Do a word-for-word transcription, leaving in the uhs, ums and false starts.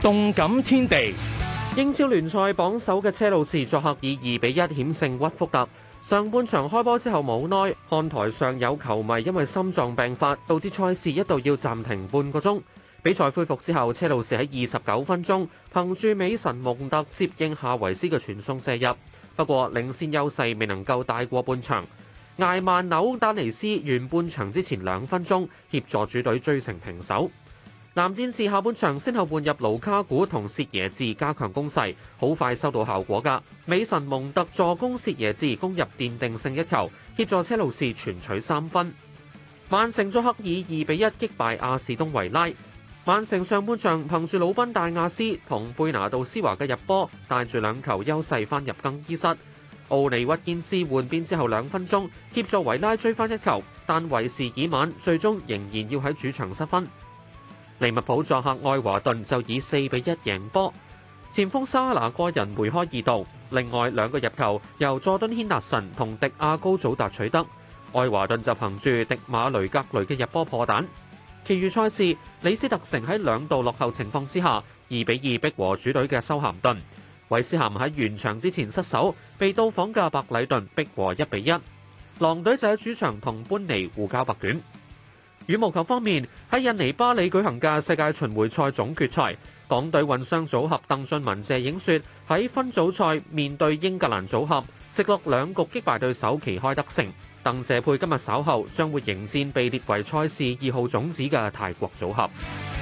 動感天地， 英超聯賽榜首嘅車路士作客以二比一險勝屈福特。上半場開波之後冇耐，看台上有球迷因為心臟病發，導致賽事一度要暫停半個鐘。比賽恢復之後，車路士喺二十九分鐘憑住美神蒙特接應夏維斯嘅傳送射入，不過領先優勢未能夠帶過半場。艾曼紐丹尼斯完半場之前兩分鐘協助主隊追成平手。藍戰士下半場先後換入盧卡古同薛耶治加強攻勢，好快收到效果㗎。美神蒙特助攻薛耶治攻入奠定勝一球，協助車路士全取三分。曼城作客以二比一擊敗阿士東維拉。曼城上半場憑住魯賓大亞斯同貝拿度斯華嘅入波，帶住兩球優勢翻入更衣室。奧尼屈堅斯換邊之後兩分鐘協助維拉追翻一球，但為時已晚，最終仍然要喺主場失分。利物浦作客愛華頓就以四比一贏波，前鋒沙拿個人梅開二度，另外兩個入球由佐敦軒達臣同迪亞高祖達取得。愛華頓就憑住迪馬雷格雷嘅入波破蛋。其餘賽事，李斯特城喺兩度落後情況之下，二比二逼和主隊嘅修咸頓。韋斯咸喺完場之前失守，被到訪嘅白禮頓逼和一比一。狼隊就喺主場同般尼互交白卷。羽毛球方面，喺印尼巴里舉行嘅世界巡迴賽總決賽，港隊混雙組合鄧俊文謝影雪喺分組賽面對英格蘭組合，直落兩局擊敗對手，旗開得勝。鄧謝配今日稍後將會迎戰被列為賽事二號種子嘅泰國組合。